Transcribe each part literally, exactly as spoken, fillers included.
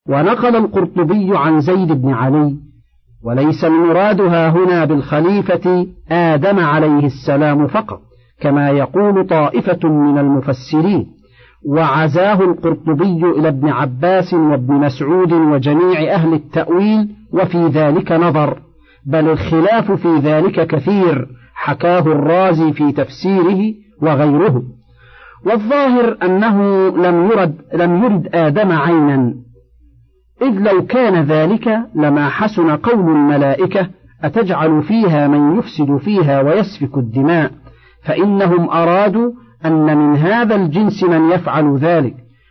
ونقل القرطبي عن زيد بن علي: وليس المراد ها هنا بالخليفة آدم عليه السلام فقط، كما يقول طائفة من المفسرين، وعزاه القرطبي إلى ابن عباس وابن مسعود وجميع أهل التأويل، وفي ذلك نظر، بل الخلاف في ذلك كثير، حكاه الرازي في تفسيره وغيره. والظاهر أنه لم يرد, لم يرد آدم عينا، إذ لو كان ذلك لما حسن قول الملائكة: أتجعل فيها من يفسد فيها ويسفك الدماء، فإنهم أرادوا أن من هذا الجنس من يفعل ذلك،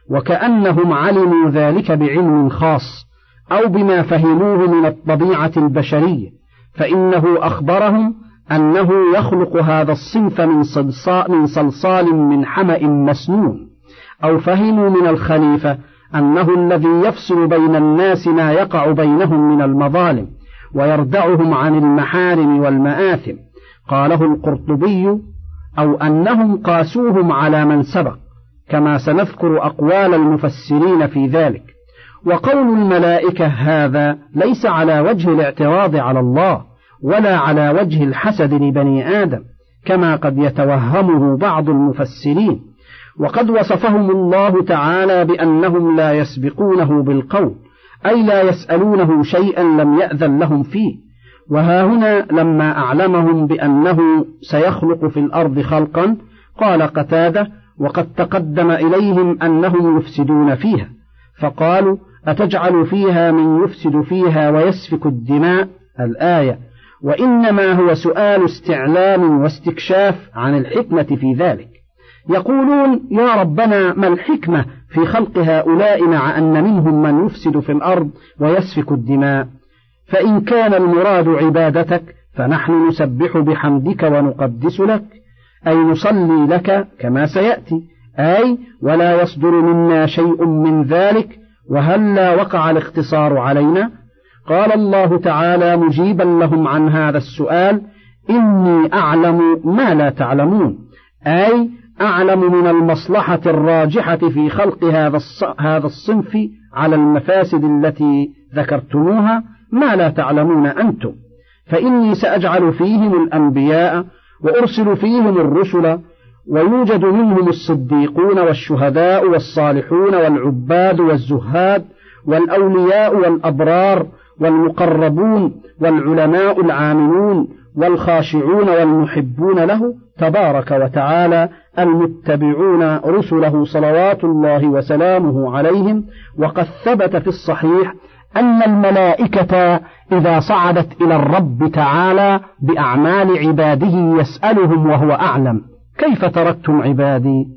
وكأنهم علموا ذلك بعلم خاص أو بما فهموه من الطبيعة البشرية، فإنه أخبرهم أنه يخلق هذا الصنف من صلصال من, صلصال من حمأ مسنون، أو فهموا من الخليفة أنه الذي يفصل بين الناس ما يقع بينهم من المظالم ويردعهم عن المحارم والمآثم. قاله القرطبي: أو أنهم قاسوهم على من سبق، كما سنذكر أقوال المفسرين في ذلك. وقول الملائكة هذا ليس على وجه الاعتراض على الله، ولا على وجه الحسد لبني آدم، كما قد يتوهمه بعض المفسرين، وقد وصفهم الله تعالى بأنهم لا يسبقونه بالقول، أي لا يسألونه شيئا لم يأذن لهم فيه. وها هنا لما أعلمهم بأنه سيخلق في الأرض خلقا، قال قتادة: وقد تقدم إليهم أنهم يفسدون فيها، فقالوا: أتجعل فيها من يفسد فيها ويسفك الدماء، الآية. وإنما هو سؤال استعلام واستكشاف عن الحكمة في ذلك. يقولون: يا ربنا، ما الحكمة في خلق هؤلاء مع أن منهم من يفسد في الأرض ويسفك الدماء؟ فإن كان المراد عبادتك فنحن نسبح بحمدك ونقدس لك، أي نصلي لك كما سيأتي، أي ولا يصدر منا شيء من ذلك، وهلا وقع الاختصار علينا؟ قال الله تعالى مجيبا لهم عن هذا السؤال: إني أعلم ما لا تعلمون، أي أعلم من المصلحة الراجحة في خلق هذا الصنف على المفاسد التي ذكرتموها ما لا تعلمون أنتم، فإني سأجعل فيهم الأنبياء وأرسل فيهم الرسل، ويوجد منهم الصديقون والشهداء والصالحون والعباد والزهاد والأولياء والأبرار والمقربون والعلماء العاملون والخاشعون والمحبون له تبارك وتعالى، المتبعون رسله صلوات الله وسلامه عليهم. وقد ثبت في الصحيح أن الملائكة إذا صعدت إلى الرب تعالى بأعمال عباده يسألهم وهو أعلم: كيف تركتم عبادي؟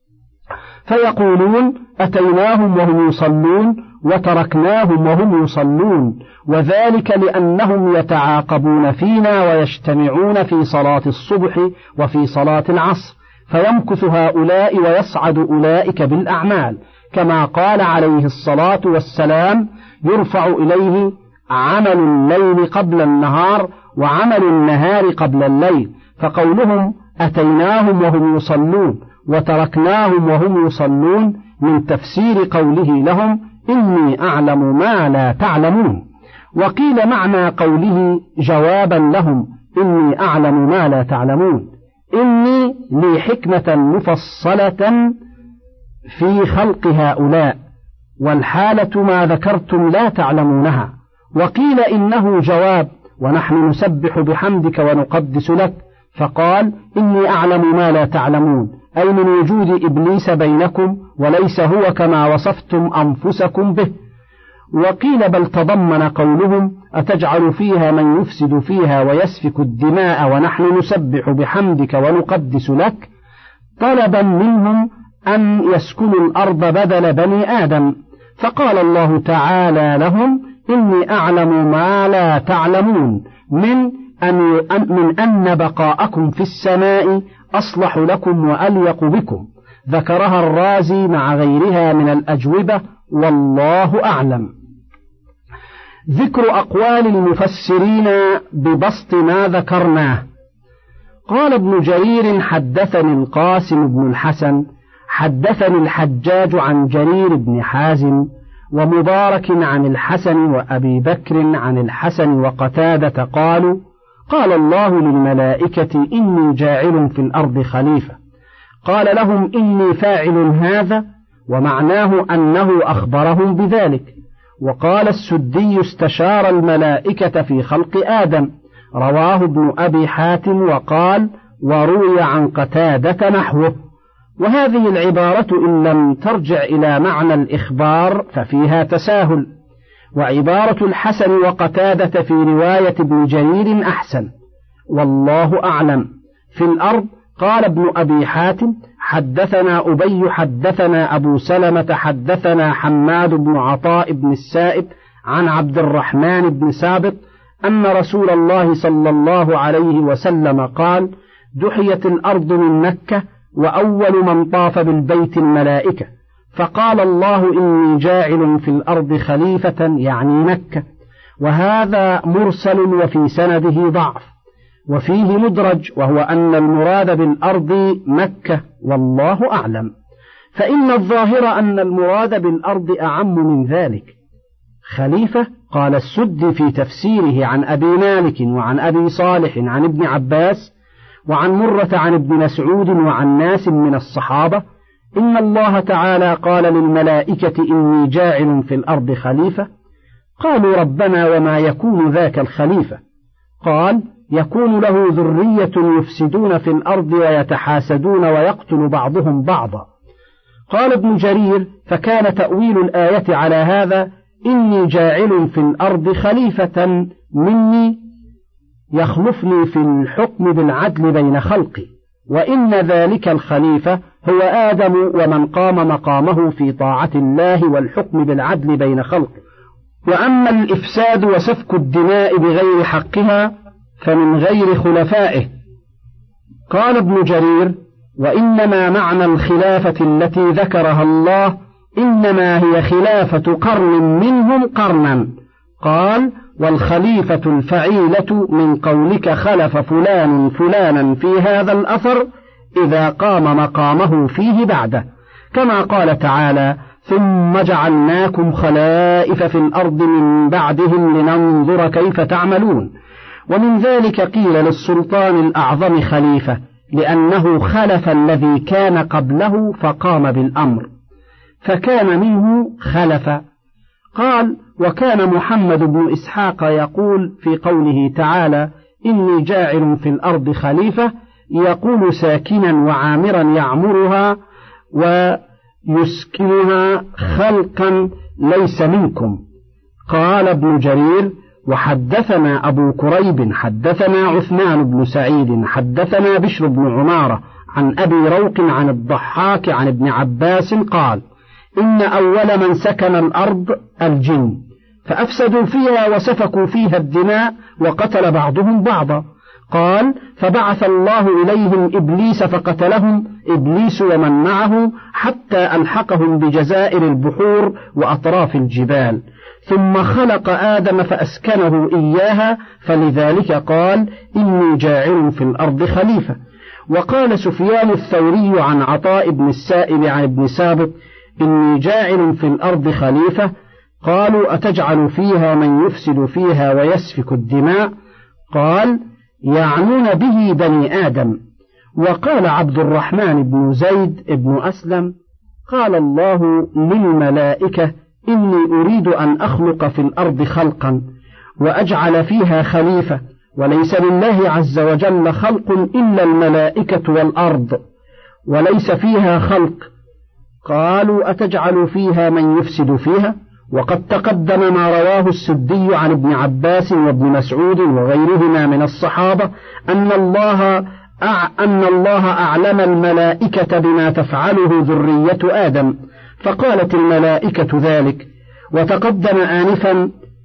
فيقولون: أتيناهم وهم يصلون وتركناهم وهم يصلون، وذلك لأنهم يتعاقبون فينا ويجتمعون في صلاة الصبح وفي صلاة العصر، فيمكث هؤلاء ويصعد أولئك بالأعمال، كما قال عليه الصلاة والسلام: يرفع إليه عمل الليل قبل النهار وعمل النهار قبل الليل. فقولهم أتيناهم وهم يصلون وتركناهم وهم يصلون من تفسير قوله لهم: إني أعلم ما لا تعلمون. وقيل معنى قوله جوابا لهم: إني أعلم ما لا تعلمون، إني لي حكمة مفصلة في خلق هؤلاء، والحالة ما ذكرتم لا تعلمونها. وقيل إنه جواب: ونحن نسبح بحمدك ونقدس لك، فقال: إني أعلم ما لا تعلمون، أي من وجود إبليس بينكم وليس هو كما وصفتم أنفسكم به. وقيل بل تضمن قولهم: أتجعل فيها من يفسد فيها ويسفك الدماء ونحن نسبح بحمدك ونقدس لك، طلبا منهم أن يسكنوا الأرض بدل بني آدم. فقال الله تعالى لهم: إني أعلم ما لا تعلمون، من أن, من أن بقاءكم في السماء أصلح لكم وأليق بكم. ذكرها الرازي مع غيرها من الأجوبة، والله أعلم. ذكر أقوال المفسرين ببسط ما ذكرناه. قال ابن جرير: حدثني القاسم بن الحسن حدثني الحجاج عن جرير بن حازم، ومبارك عن الحسن وأبي بكر عن الحسن وقتادة قالوا قال الله للملائكة إني جاعل في الأرض خليفة، قال لهم إني فاعل هذا، ومعناه أنه أخبرهم بذلك. وقال السدي استشار الملائكة في خلق آدم، رواه ابن أبي حاتم وقال وروي عن قتادة نحوه. وهذه العبارة إن لم ترجع إلى معنى الإخبار ففيها تساهل، وعبارة الحسن وقتادة في رواية ابن جرير أحسن، والله أعلم. في الأرض قال ابن أبي حاتم حدثنا أبي حدثنا أبو سلمة حدثنا حماد بن عطاء بن السائب عن عبد الرحمن بن سابط أن رسول الله صلى الله عليه وسلم قال دحيت الأرض من مكة وأول من طاف بالبيت الملائكة، فقال الله إني جاعل في الأرض خليفة يعني مكة. وهذا مرسل وفي سنده ضعف، وفيه مدرج، وهو أن المراد بالأرض مكة، والله أعلم. فإن الظاهر أن المراد بالأرض أعم من ذلك. خليفة قال السدي في تفسيره عن أبي مالك وعن أبي صالح عن ابن عباس وعن مرة عن ابن مسعود وعن ناس من الصحابة إن الله تعالى قال للملائكة إني جاعل في الأرض خليفة، قالوا ربنا وما يكون ذاك الخليفة؟ قال يكون له ذرية يفسدون في الأرض ويتحاسدون ويقتل بعضهم بعضا. قال ابن جرير فكان تأويل الآية على هذا إني جاعل في الأرض خليفة مني يخلفني في الحكم بالعدل بين خلقي، وإن ذلك الخليفة هو آدم ومن قام مقامه في طاعة الله والحكم بالعدل بين خلقه. وأما الإفساد وسفك الدماء بغير حقها فمن غير خلفائه. قال ابن جرير وإنما معنى الخلافة التي ذكرها الله إنما هي خلافة قرن منهم قرنا. قال والخليفة الفعيلة من قولك خلف فلان فلانا في هذا الأثر إذا قام مقامه فيه بعده، كما قال تعالى ثم جعلناكم خلائف في الأرض من بعدهم لننظر كيف تعملون. ومن ذلك قيل للسلطان الأعظم خليفة لأنه خلف الذي كان قبله فقام بالأمر فكان منه خلفا. قال وكان محمد بن إسحاق يقول في قوله تعالى إني جاعل في الأرض خليفة يقول ساكنا وعامرا يعمرها ويسكنها خلقا ليس منكم. قال ابن جرير وحدثنا أبو كريب حدثنا عثمان بن سعيد حدثنا بشر بن عمارة عن أبي روق عن الضحاك عن ابن عباس قال إن أول من سكن الأرض الجن فأفسدوا فيها وسفكوا فيها الدماء وقتل بعضهم بعضا. قال فبعث الله إليهم إبليس فقتلهم إبليس ومن معه حتى ألحقهم بجزائر البحور وأطراف الجبال، ثم خلق آدم فأسكنه إياها، فلذلك قال إني جاعل في الأرض خليفة. وقال سفيان الثوري عن عطاء بن السائب عن ابن سابط إني جاعل في الأرض خليفة، قالوا أتجعل فيها من يفسد فيها ويسفك الدماء؟ قال يعنون به بني آدم. وقال عبد الرحمن بن زيد بن أسلم قال الله للملائكة إني أريد أن أخلق في الأرض خلقا وأجعل فيها خليفة، وليس لله عز وجل خلق إلا الملائكة والأرض وليس فيها خلق. قالوا أتجعل فيها من يفسد فيها؟ وقد تقدم ما رواه السدي عن ابن عباس وابن مسعود وغيرهما من الصحابة أن الله أع... أن الله أعلم الملائكة بما تفعله ذرية آدم، فقالت الملائكة ذلك. وتقدم آنفا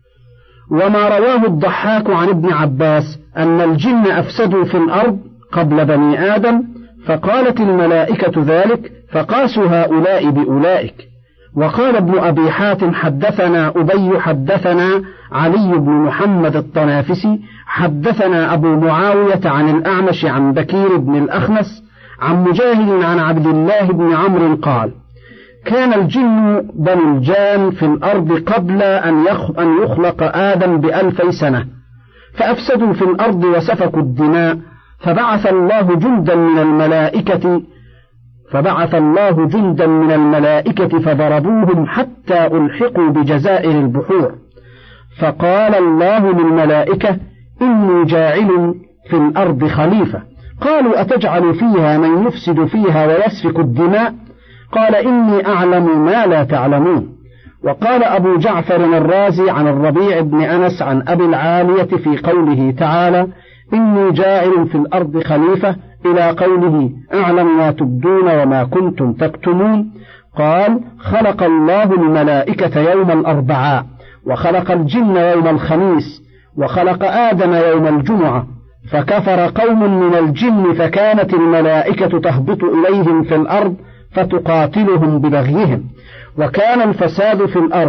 وما رواه الضحاك عن ابن عباس أن الجن أفسدوا في الأرض قبل بني آدم، فقالت الملائكة ذلك، فقاسوا هؤلاء بأولئك. وقال ابن أبي حاتم حدثنا أبي حدثنا علي بن محمد الطنافسي حدثنا أبو معاوية عن الأعمش عن بكير بن الأخنس عن مجاهد عن عبد الله بن عمرو قال كان الجن بنو الجان في الأرض قبل أن يخلق آدم بألفي سنة، فأفسدوا في الأرض وسفكوا الدماء، فبعث الله جندا من الملائكة فبعث الله جندا من الملائكة فضربوهم حتى ألحقوا بجزائر البحور. فقال الله للملائكة: إني جاعل في الأرض خليفة. قالوا: أتجعل فيها من يفسد فيها ويسفك الدماء؟ قال: إني أعلم ما لا تعلمون. وقال أبو جعفر الرازي عن الربيع بن أنس عن أبي العالية في قوله تعالى: إني جاعل في الأرض خليفة، إلى قوله: أعلم ما تبدون وما كنتم تكتمون. قال: خلق الله الملائكة يوم الأربعاء، وخلق الجن يوم الخميس، وخلق آدم يوم الجمعة، فكفر قوم من الجن فكانت الملائكة تهبط إليهم في الأرض فتقاتلهم ببغيهم، وكان الفساد في الأرض،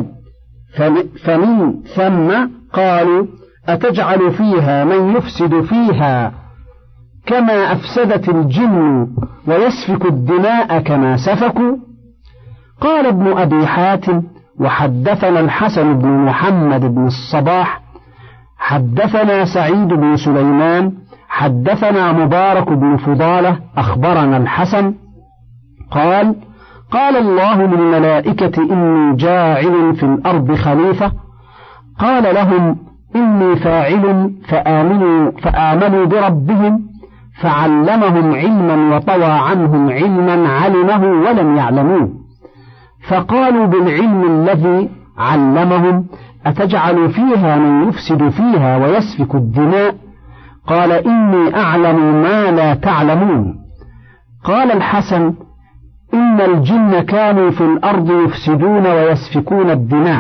فمن ثم قالوا: أتجعل فيها من يفسد فيها كما أفسدت الجن ويسفك الدماء كما سفكوا؟ قال ابن أبي حاتم: وحدثنا الحسن بن محمد بن الصباح حدثنا سعيد بن سليمان حدثنا مبارك بن فضالة أخبرنا الحسن قال: قال الله للملائكة: إني جاعل في الأرض خليفة. قال لهم: إني فاعل، فآمنوا, فآمنوا بربهم، فعلمهم علما وطوى عنهم علما علمه ولم يعلموه. فقالوا بالعلم الذي علمهم: أتجعل فيها من يفسد فيها ويسفك الدماء؟ قال: إني أعلم ما لا تعلمون. قال الحسن: إن الجن كانوا في الأرض يفسدون ويسفكون الدماء،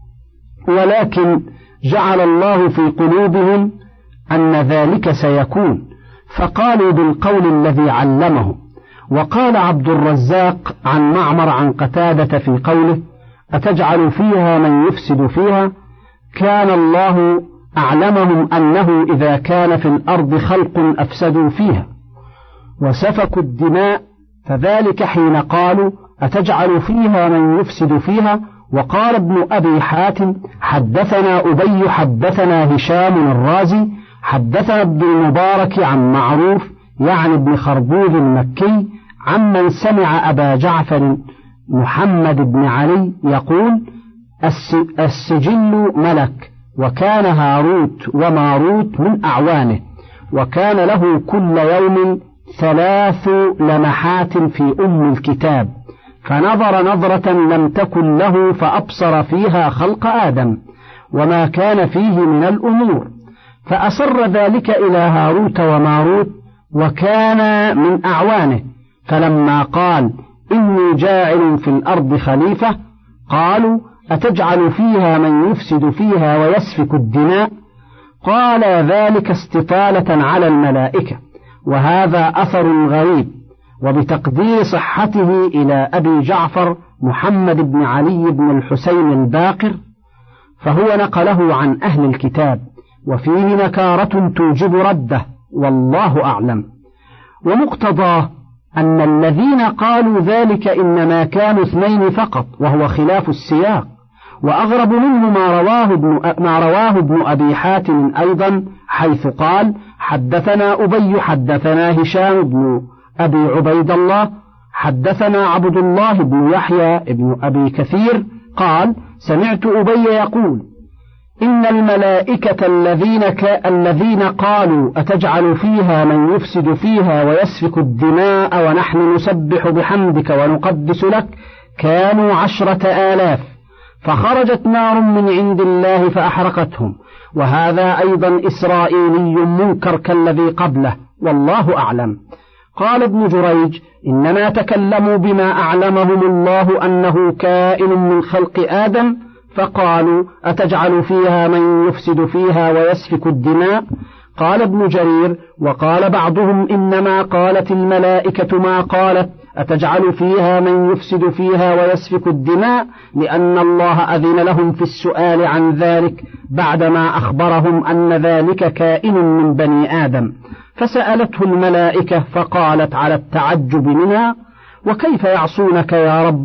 ولكن جعل الله في قلوبهم أن ذلك سيكون، فقالوا بالقول الذي علمه. وقال عبد الرزاق عن معمر عن قتادة في قوله: أتجعل فيها من يفسد فيها؟ كان الله أعلمهم أنه إذا كان في الأرض خلق أفسدوا فيها وسفكوا الدماء، فذلك حين قالوا: أتجعل فيها من يفسد فيها. وقال ابن أبي حاتم: حدثنا أبي حدثنا هشام الرازي حدثنا ابن المبارك عن معروف يعني ابن خربوذ المكي عمن سمع أبا جعفر محمد بن علي يقول: السجل ملك، وكان هاروت وماروت من أعوانه، وكان له كل يوم ثلاث لمحات في أم الكتاب، فنظر نظرة لم تكن له فأبصر فيها خلق آدم وما كان فيه من الأمور، فأصر ذلك إلى هاروت وماروت وكان من أعوانه. فلما قال: إني جاعل في الأرض خليفة، قالوا: أتجعل فيها من يفسد فيها ويسفك الدماء؟ قال ذلك استطالة على الملائكة، وهذا أثر غريب، وبتقدير صحته إلى أبي جعفر محمد بن علي بن الحسين الباقر، فهو نقله عن أهل الكتاب، وفيه نكارة توجب رده، والله أعلم. ومقتضاه أن الذين قالوا ذلك إنما كانوا اثنين فقط، وهو خلاف السياق. وأغرب منه ما رواه ابن, ما رواه ابن أبي حاتم أيضا، حيث قال: حدثنا أبي حدثنا هشام بن أبي عبيد الله حدثنا عبد الله بن يحيى بن أبي كثير قال: سمعت أبي يقول: إن الملائكة الذين, ك... الذين قالوا: أتجعل فيها من يفسد فيها ويسفك الدماء ونحن نسبح بحمدك ونقدس لك، كانوا عشرة آلاف، فخرجت نار من عند الله فأحرقتهم. وهذا أيضا إسرائيلي منكر كالذي قبله، والله أعلم. قال ابن جريج: إنما تكلموا بما أعلمهم الله أنه كائن من خلق آدم، فقالوا: أتجعل فيها من يفسد فيها ويسفك الدماء؟ قال ابن جرير: وقال بعضهم: إنما قالت الملائكة ما قالت، أتجعل فيها من يفسد فيها ويسفك الدماء، لأن الله أذن لهم في السؤال عن ذلك بعدما أخبرهم أن ذلك كائن من بني آدم، فسألته الملائكة فقالت على التعجب منها: وكيف يعصونك يا ربي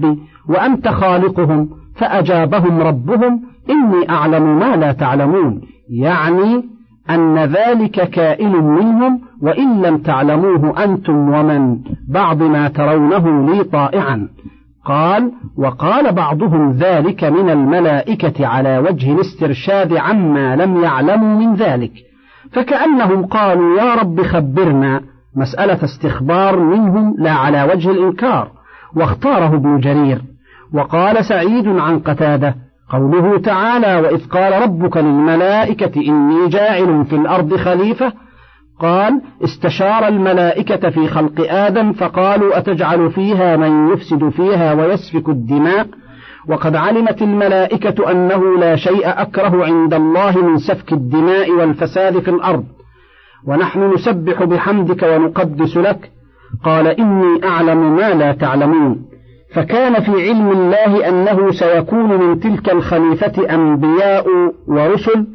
وأنت خالقهم. فأجابهم ربهم إني أعلم ما لا تعلمون، يعني أن ذلك كائن منهم وإن لم تعلموه أنتم ومن بعض ما ترونه لي طائعا. قال: وقال بعضهم ذلك من الملائكة على وجه الاسترشاد عما لم يعلموا من ذلك، فكأنهم قالوا يا رب خبرنا، مسألة استخبار منهم لا على وجه الإنكار، واختاره ابن جرير. وقال سعيد عن قتادة: قوله تعالى: وإذ قال ربك للملائكة إني جاعل في الأرض خليفة، قال: استشار الملائكة في خلق آدم فقالوا أتجعل فيها من يفسد فيها ويسفك الدماء، وقد علمت الملائكة أنه لا شيء أكره عند الله من سفك الدماء والفساد في الأرض، ونحن نسبح بحمدك ونقدس لك. قال: إني أعلم ما لا تعلمون. فكان في علم الله أنه سيكون من تلك الخليفة أنبياء ورسل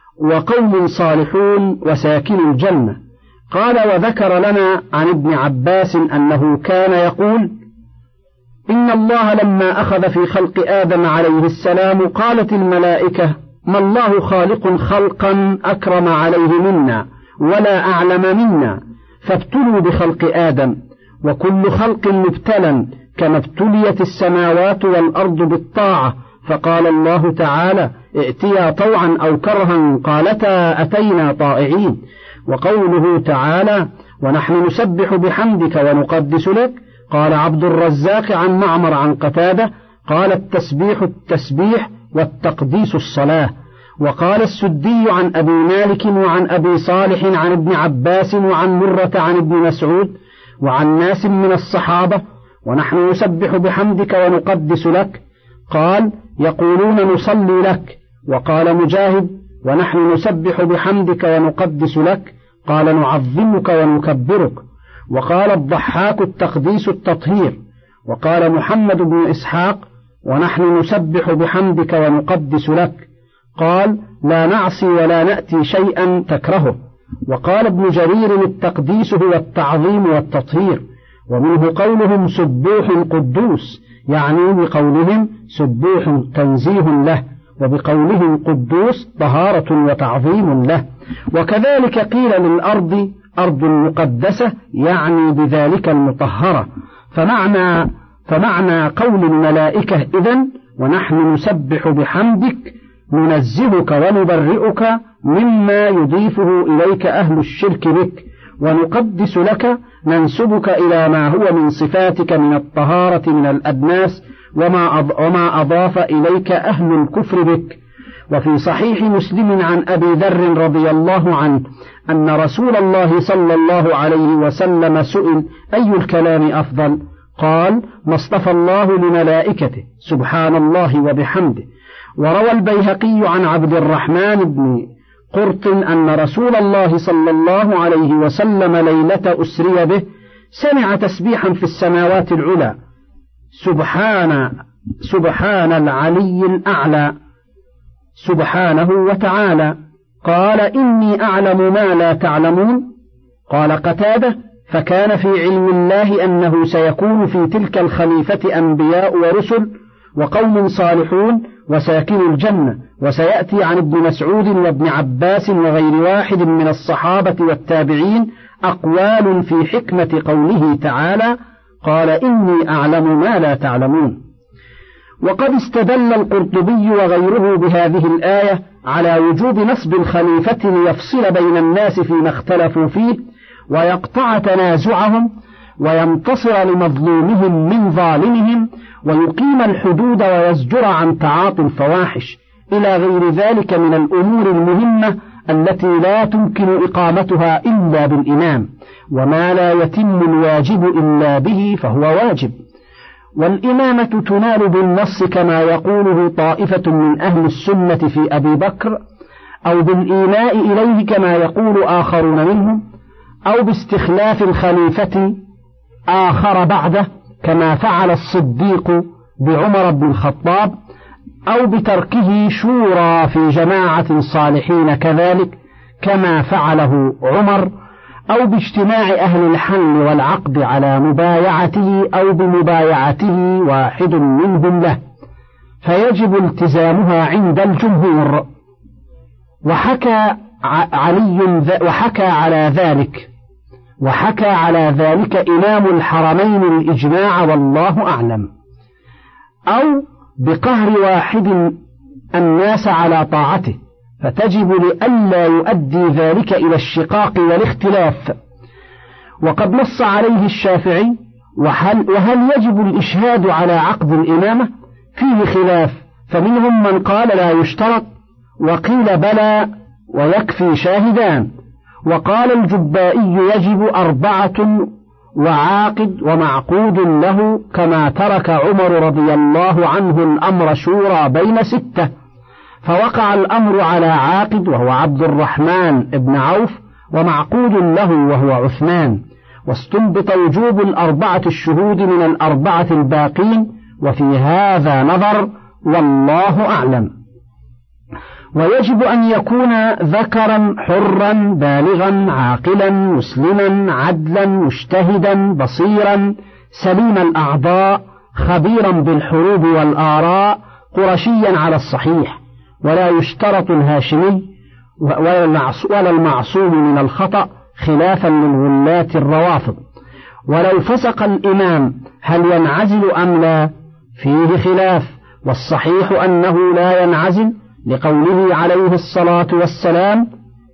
وقوم صالحون وساكن الجنة. قال: وذكر لنا عن ابن عباس أنه كان يقول: إن الله لما أخذ في خلق آدم عليه السلام قالت الملائكة: ما الله خالق خلقا أكرم عليه منا ولا أعلم منا، فابتلوا بخلق آدم، وكل خلق مبتلى كما ابتليت السماوات والأرض بالطاعة. فقال الله تعالى: ائتيا طوعا أو كرها قالتا أتينا طائعين. وقوله تعالى: ونحن نسبح بحمدك ونقدس لك. قال عبد الرزاق عن معمر عن قتادة: قال: التسبيح التسبيح والتقديس الصلاة. وقال السدي عن أبي مالك وعن أبي صالح عن ابن عباس وعن مرة عن ابن مسعود وعن ناس من الصحابة: ونحن نسبح بحمدك ونقدس لك. قال: يقولون نصلي لك. وقال مجاهد: ونحن نسبح بحمدك ونقدس لك. قال: نعظمك ونكبرك. وقال الضحاك: التقديس التطهير. وقال محمد بن إسحاق: ونحن نسبح بحمدك ونقدس لك. قال: لا نعصي ولا نأتي شيئا تكرهه. وقال ابن جرير: التقديس هو التعظيم والتطهير. ومنه قولهم سبوح قدوس، يعني بقولهم سبوح تنزيه له، وبقولهم قدوس طهارة وتعظيم له. وكذلك قيل للأرض أرض مقدسة، يعني بذلك المطهرة. فمعنى, فمعنى قول الملائكة إذن: ونحن نسبح بحمدك ننزهك ونبرئك مما يضيفه إليك أهل الشرك بك، ونقدس لك ننسبك إلى ما هو من صفاتك من الطهارة من الأدناس وما أضاف إليك أهل الكفر بك. وفي صحيح مسلم عن أبي ذر رضي الله عنه أن رسول الله صلى الله عليه وسلم سئل: أي الكلام أفضل؟ قال: ما اصطفى الله لملائكته سبحان الله وبحمده. وروى البيهقي عن عبد الرحمن بن قرط أن رسول الله صلى الله عليه وسلم ليلة أسري به سمع تسبيحا في السماوات العلى: سبحان سبحان العلي الأعلى سبحانه وتعالى. قال: إني أعلم ما لا تعلمون. قال قتادة: فكان في علم الله أنه سيكون في تلك الخليفة أنبياء ورسل وقوم صالحون وساكن الجنة. وسيأتي عن ابن مسعود وابن عباس وغير واحد من الصحابة والتابعين أقوال في حكمة قوله تعالى: قال: إني أعلم ما لا تعلمون. وقد استدل القرطبي وغيره بهذه الآية على وجوب نصب الخليفة ليفصل بين الناس فيما اختلفوا فيه ويقطع تنازعهم وينتصر لمظلومهم من ظالمهم ويقيم الحدود ويزجر عن تعاطي الفواحش إلى غير ذلك من الأمور المهمة التي لا تمكن إقامتها إلا بالإمام، وما لا يتم الواجب إلا به فهو واجب. والإمامة تنال بالنص كما يقوله طائفة من أهل السنة في أبي بكر، أو بالإيماء إليه كما يقول آخرون منهم، أو باستخلاف الخليفة آخر بعده كما فعل الصديق بعمر بن الخطاب، أو بتركه شورى في جماعة صالحين كذلك كما فعله عمر، أو باجتماع أهل الحل والعقد على مبايعته أو بمبايعته واحد منهم له، فيجب التزامها عند الجمهور. وحكى علي وحكى على ذلك وحكى على ذلك إمام الحرمين الإجماع والله أعلم. أو بقهر واحد الناس على طاعته، فتجب لئلا يؤدي ذلك إلى الشقاق والاختلاف. وقد نص عليه الشافعي. وهل, وهل يجب الإشهاد على عقد الإمامة؟ فيه خلاف، فمنهم من قال لا يشترط، وقيل بلى ويكفي شاهدان. وقال الجبائي يجب أربعة وعاقد ومعقود له، كما ترك عمر رضي الله عنه الأمر شورى بين ستة، فوقع الأمر على عاقد وهو عبد الرحمن بن عوف، ومعقود له وهو عثمان. واستنبط وجوب الأربعة الشهود من الأربعة الباقين، وفي هذا نظر والله أعلم. ويجب أن يكون ذكرا حرا بالغا عاقلا مسلما عدلا مجتهدا بصيرا سليم الأعضاء خبيرا بالحروب والآراء قرشيا على الصحيح، ولا يشترط الهاشمي ولا المعصوم من الخطأ خلافا للولاة الروافض. ولو فسق الإمام هل ينعزل أم لا؟ فيه خلاف، والصحيح أنه لا ينعزل، لقوله عليه الصلاة والسلام: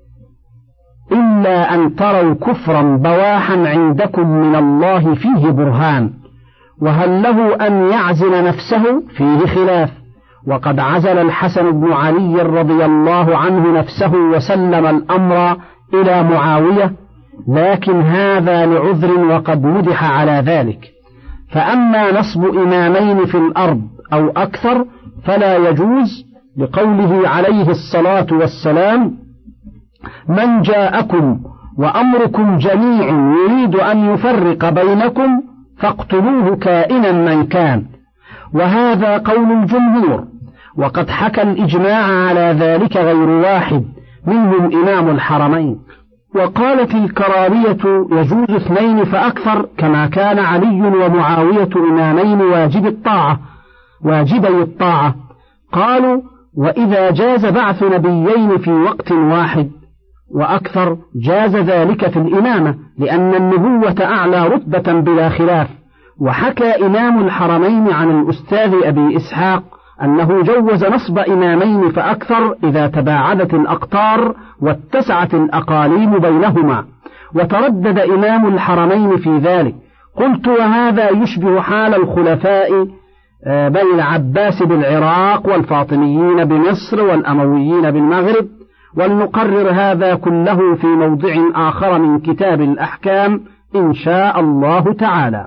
إلا أن تروا كفرا بواحا عندكم من الله فيه برهان. وهل له أن يعزل نفسه؟ فيه خلاف، وقد عزل الحسن بن علي رضي الله عنه نفسه وسلم الأمر إلى معاوية، لكن هذا لعذر وقد مدح على ذلك. فأما نصب إمامين في الأرض أو أكثر فلا يجوز، لقوله عليه الصلاة والسلام: من جاءكم وأمركم جميع يريد أن يفرق بينكم فاقتلوه كائنا من كان. وهذا قول الجمهور، وقد حكى الإجماع على ذلك غير واحد، منهم إمام الحرمين. وقالت الكرامية يجوز اثنين فأكثر، كما كان علي ومعاوية إمامين واجب الطاعة واجبي الطاعة. قالوا: وإذا جاز بعث نبيين في وقت واحد وأكثر جاز ذلك في الإمامة، لأن النبوة أعلى رتبة بلا خلاف. وحكى إمام الحرمين عن الأستاذ أبي إسحاق أنه جوز نصب إمامين فأكثر إذا تباعدت الأقطار واتسعت الأقاليم بينهما، وتردد إمام الحرمين في ذلك. قلت: وهذا يشبه حال الخلفاء بني العباس بالعراق، والفاطميين بمصر، والأمويين بالمغرب. ولنقرر هذا كله في موضع آخر من كتاب الأحكام إن شاء الله تعالى.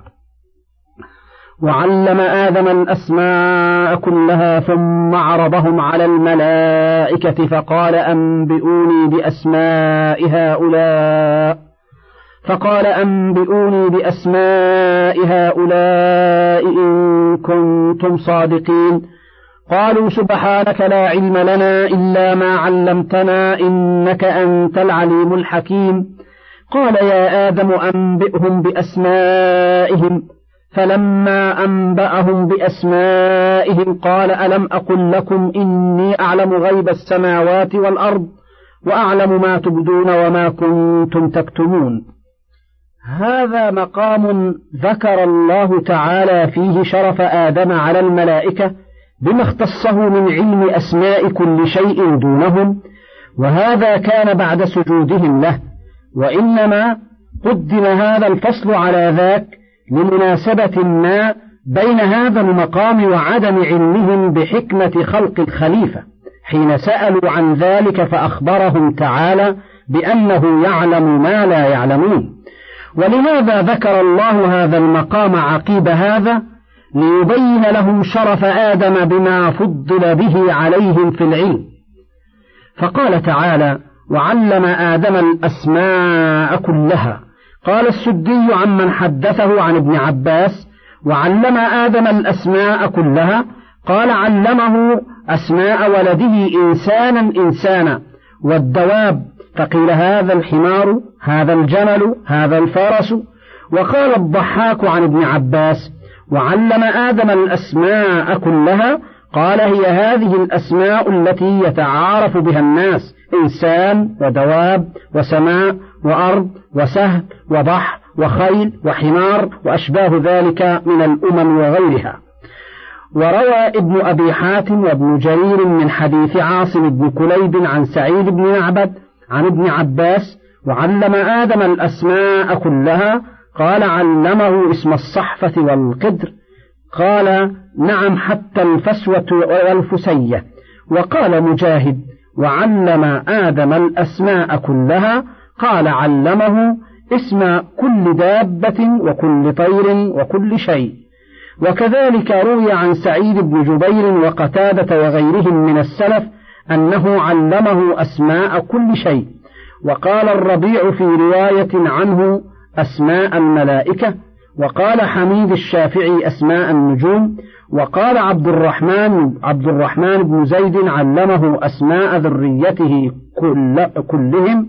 وعلم آدم الأسماء كلها ثم عرضهم على الملائكة فقال أنبئوني بأسماء هؤلاء فقال أنبئوني بأسماء هؤلاء إن كنتم صادقين. قالوا: سبحانك لا علم لنا إلا ما علمتنا إنك أنت العليم الحكيم. قال: يا آدم أنبئهم بأسمائهم. فلما أنبأهم بأسمائهم قال: ألم أقل لكم إني أعلم غيب السماوات والأرض وأعلم ما تبدون وما كنتم تكتمون. هذا مقام ذكر الله تعالى فيه شرف آدم على الملائكة بما اختصه من علم أسماء كل شيء دونهم، وهذا كان بعد سجودهم له، وإنما قدم هذا الفصل على ذاك لمناسبة ما بين هذا المقام وعدم علمهم بحكمة خلق الخليفة، حين سألوا عن ذلك فأخبرهم تعالى بأنه يعلم ما لا يعلمون. ولماذا ذكر الله هذا المقام عقيب هذا؟ ليبين لهم شرف آدم بما فضل به عليهم في العلم. فقال تعالى: وعلم آدم الأسماء كلها. قال السدي عمن حدثه عن ابن عباس: وعلم آدم الأسماء كلها، قال: علمه أسماء ولده إنسانا إنسانا، والدواب فقيل هذا الحمار، هذا الجمل، هذا الفرس. وقال الضحاك عن ابن عباس: وعلم آدم الأسماء كلها، قال هي هذه الأسماء التي يتعارف بها الناس: إنسان ودواب وسماء وأرض وسهل وبحر وخيل وحمار وأشباه ذلك من الأمم وغيرها. وروى ابن أبي حاتم وابن جرير من حديث عاصم بن كليب عن سعيد بن معبد عن ابن عباس: وعلم آدم الأسماء كلها، قال علمه اسم الصحفة والقدر، قال نعم حتى الفسوة والفسية. وقال مجاهد: وعلم آدم الأسماء كلها، قال علمه اسم كل دابة وكل طير وكل شيء. وكذلك روي عن سعيد بن جبير وقتادة وغيرهم من السلف أنه علمه أسماء كل شيء. وقال الربيع في رواية عنه أسماء الملائكة. وقال حميد الشافعي أسماء النجوم. وقال عبد الرحمن عبد الرحمن بن زيد علمه أسماء ذريته كل كلهم.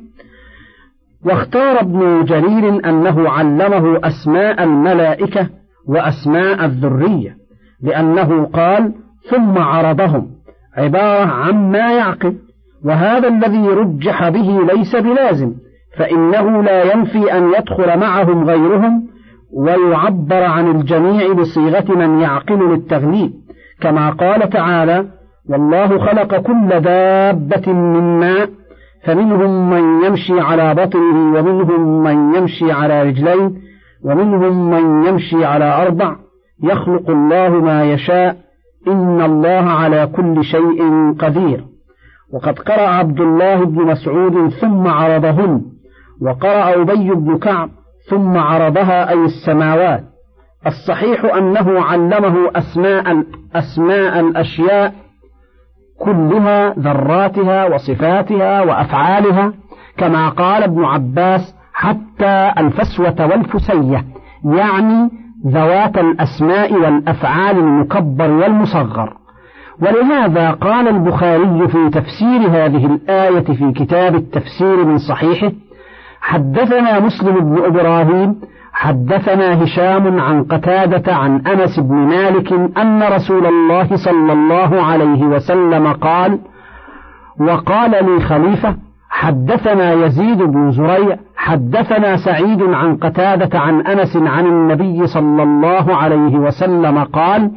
واختار ابن جرير أنه علمه أسماء الملائكة وأسماء الذرية، لأنه قال: ثم عرضهم، عبارة عما يعقل. وهذا الذي رجح به ليس بلازم، فإنه لا ينفي أن يدخل معهم غيرهم ويعبر عن الجميع بصيغة من يعقل للتغليب، كما قال تعالى: والله خلق كل دابة من ماء فمنهم من يمشي على بطنه ومنهم من يمشي على رجلين ومنهم من يمشي على أربع يخلق الله ما يشاء إن الله على كل شيء قدير. وقد قرأ عبد الله بن مسعود ثم عرضهن، وقرأ أبي بن كعب ثم عرضها أي السماوات. الصحيح أنه علمه أسماء أسماء الأشياء كلها، ذراتها وصفاتها وأفعالها، كما قال ابن عباس: حتى الفسوة والفسية، يعني ذوات الأسماء والأفعال المكبر والمصغر. ولهذا قال البخاري في تفسير هذه الآية في كتاب التفسير من صحيحه: حدثنا مسلم بن إبراهيم حدثنا هشام عن قتادة عن أنس بن مالك أن رسول الله صلى الله عليه وسلم قال: وقال لي خليفة حدثنا يزيد بن زريع حدثنا سعيد عن قتادة عن أنس عن النبي صلى الله عليه وسلم قال: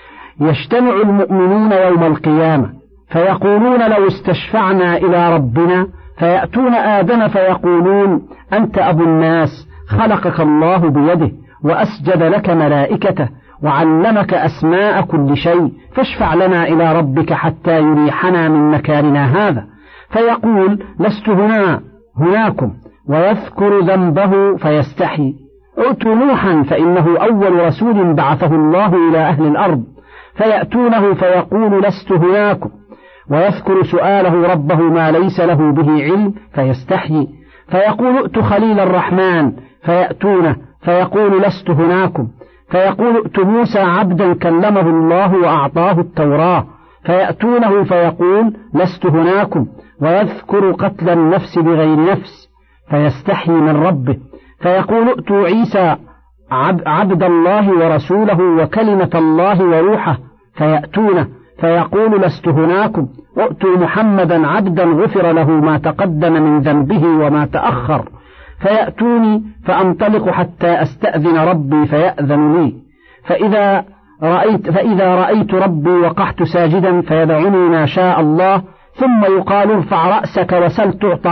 يجتمع المؤمنون يوم القيامة فيقولون لو استشفعنا إلى ربنا، فيأتون آدم فيقولون: أنت أبو الناس، خلقك الله بيده وأسجد لك ملائكته وعلمك أسماء كل شيء، فاشفع لنا إلى ربك حتى يريحنا من مكاننا هذا. فيقول: لست هنا هناكم، ويذكر ذنبه فيستحي. ائتوا نوحا فإنه أول رسول بعثه الله إلى أهل الأرض، فيأتونه فيقول: لست هناكم، ويذكر سؤاله ربه ما ليس له به علم فيستحي. فيقول: ائت خليل الرحمن، فيأتونه فيقول: لست هناكم. فيقول: ائت موسى عبدا كلمه الله وأعطاه التوراة، فيأتونه فيقول: لست هناكم، ويذكر قتل النفس بغير نفس فيستحي من ربه. فيقول: ائتوا عيسى عبد الله ورسوله وكلمة الله وروحه، فيأتونه فيقول: لست هناكم. ائتوا محمدا عبدا غفر له ما تقدم من ذنبه وما تأخر، فيأتوني فأنطلق حتى أستأذن ربي فيأذن لي، فإذا رأيت, فإذا رأيت ربي وقحت ساجدا فيدعني ما شاء الله، ثم يقال: ارفع رأسك وسل تعطى،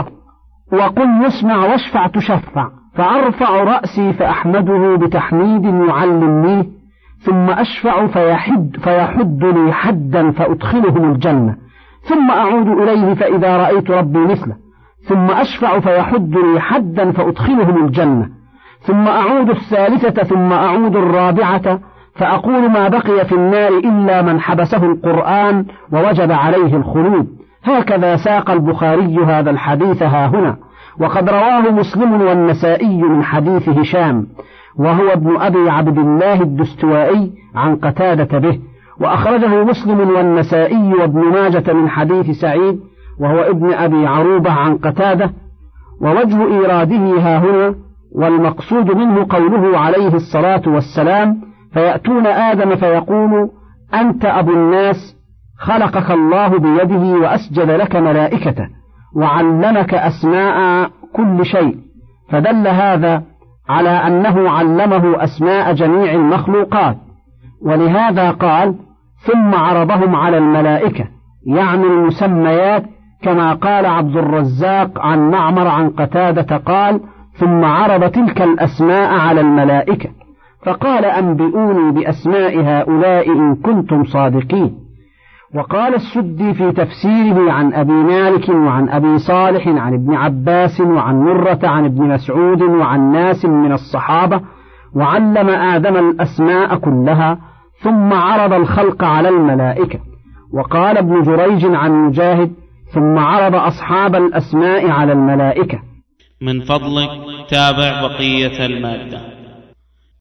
وقل يسمع واشفع تشفع، فأرفع رأسي فأحمده بتحميد يعلمنيه، ثم أشفع فيحد, فيحد لي حدا فأدخلهم الجنة، ثم أعود إليه فإذا رأيت ربي مثله، ثم أشفع فيحد لي حدا فأدخلهم الجنة، ثم أعود الثالثة، ثم أعود الرابعة، فأقول: ما بقي في النار إلا من حبسه القرآن ووجب عليه الخلود. هكذا ساق البخاري هذا الحديث ها هنا. وقد رواه مسلم والنسائي من حديث هشام، وهو ابن أبي عبد الله الدستوائي، عن قتادة به. وأخرجه مسلم والنسائي وابن ماجة من حديث سعيد، وهو ابن أبي عروبة، عن قتادة، ووجه إيراده ها هنا والمقصود منه قوله عليه الصلاة والسلام: فيأتون آدم فيقول: أنت أبو الناس، خلقك الله بيده وأسجد لك ملائكته وعلمك أسماء كل شيء، فدل هذا على أنه علمه أسماء جميع المخلوقات. ولهذا قال: ثم عرضهم على الملائكة، يعني المسميات، كما قال عبد الرزاق عن معمر عن قتادة قال: ثم عرض تلك الأسماء على الملائكة فقال: أنبئوني بأسماء هؤلاء إن كنتم صادقين. وقال السدي في تفسيره عن أبي مالك وعن أبي صالح عن ابن عباس وعن مرة عن ابن مسعود وعن ناس من الصحابة: وعلم آدم الأسماء كلها ثم عرض الخلق على الملائكة. وقال ابن جريج عن مجاهد: ثم عرض أصحاب الأسماء على الملائكة. من فضلك تابع بقية المادة.